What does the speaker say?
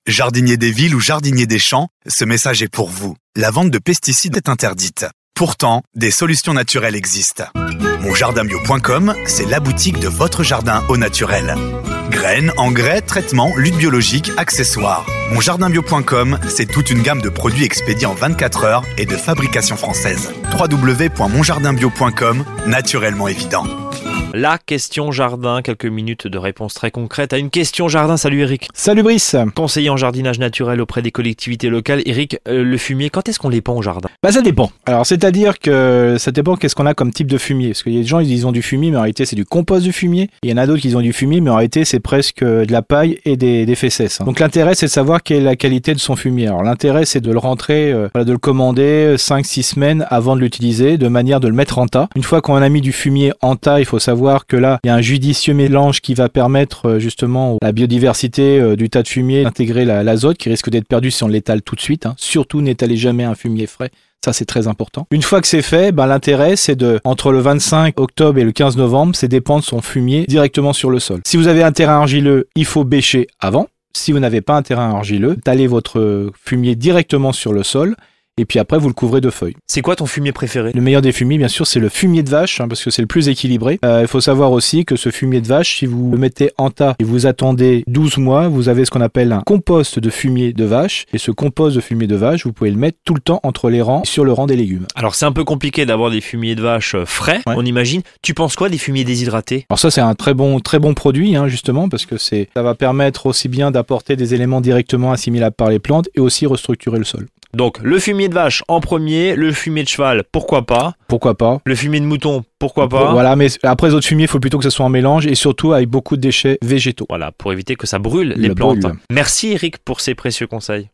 Jardinier des villes ou jardinier des champs, ce message est pour vous. La vente de pesticides est interdite. Pourtant, des solutions naturelles existent. Monjardinbio.com, c'est la boutique de votre jardin au naturel. Graines, engrais, traitements, lutte biologique, accessoires. Monjardinbio.com, c'est toute une gamme de produits expédiés en 24 heures et de fabrication française. www.monjardinbio.com, naturellement évident. La question jardin, quelques minutes de réponse très concrète à une question jardin. Salut Eric. Salut Brice. Conseiller en jardinage naturel auprès des collectivités locales. Eric, le fumier, quand est-ce qu'on l'épand au jardin ? Ça dépend. Alors c'est-à-dire que ça dépend qu'est-ce qu'on a comme type de fumier. Parce qu'il y a des gens ils ont du fumier mais en réalité c'est du compost du fumier. Il y en a d'autres qui ont du fumier mais en réalité c'est presque de la paille et des fesses. Donc l'intérêt c'est de savoir quelle est la qualité de son fumier. Alors l'intérêt c'est de le rentrer, de le commander 5-6 semaines avant de l'utiliser de manière de le mettre en tas. Une fois qu'on a mis du fumier en tas, il faut savoir que là, il y a un judicieux mélange qui va permettre justement à la biodiversité du tas de fumier d'intégrer l'azote qui risque d'être perdu si on l'étale tout de suite. Surtout, n'étalez jamais un fumier frais. Ça, c'est très important. Une fois que c'est fait, l'intérêt, c'est entre le 25 octobre et le 15 novembre, c'est d'épandre son fumier directement sur le sol. Si vous avez un terrain argileux, il faut bêcher avant. Si vous n'avez pas un terrain argileux, étalez votre fumier directement sur le sol. Et puis après, vous le couvrez de feuilles. C'est quoi ton fumier préféré ? Le meilleur des fumiers, bien sûr, c'est le fumier de vache, parce que c'est le plus équilibré. Il faut savoir aussi que ce fumier de vache, si vous le mettez en tas et vous attendez 12 mois, vous avez ce qu'on appelle un compost de fumier de vache. Et ce compost de fumier de vache, vous pouvez le mettre tout le temps entre les rangs, sur le rang des légumes. Alors c'est un peu compliqué d'avoir des fumiers de vache frais, ouais. On imagine. Tu penses quoi des fumiers déshydratés ? Alors ça, c'est un très bon produit, justement, parce que ça va permettre aussi bien d'apporter des éléments directement assimilables par les plantes et aussi restructurer le sol. Donc, le fumier de vache en premier, le fumier de cheval, pourquoi pas ? Pourquoi pas ? Le fumier de mouton, pourquoi pas ? Voilà, mais après les autres fumiers, il faut plutôt que ce soit en mélange et surtout avec beaucoup de déchets végétaux. Voilà, pour éviter que ça brûle les plantes. Merci Eric pour ces précieux conseils.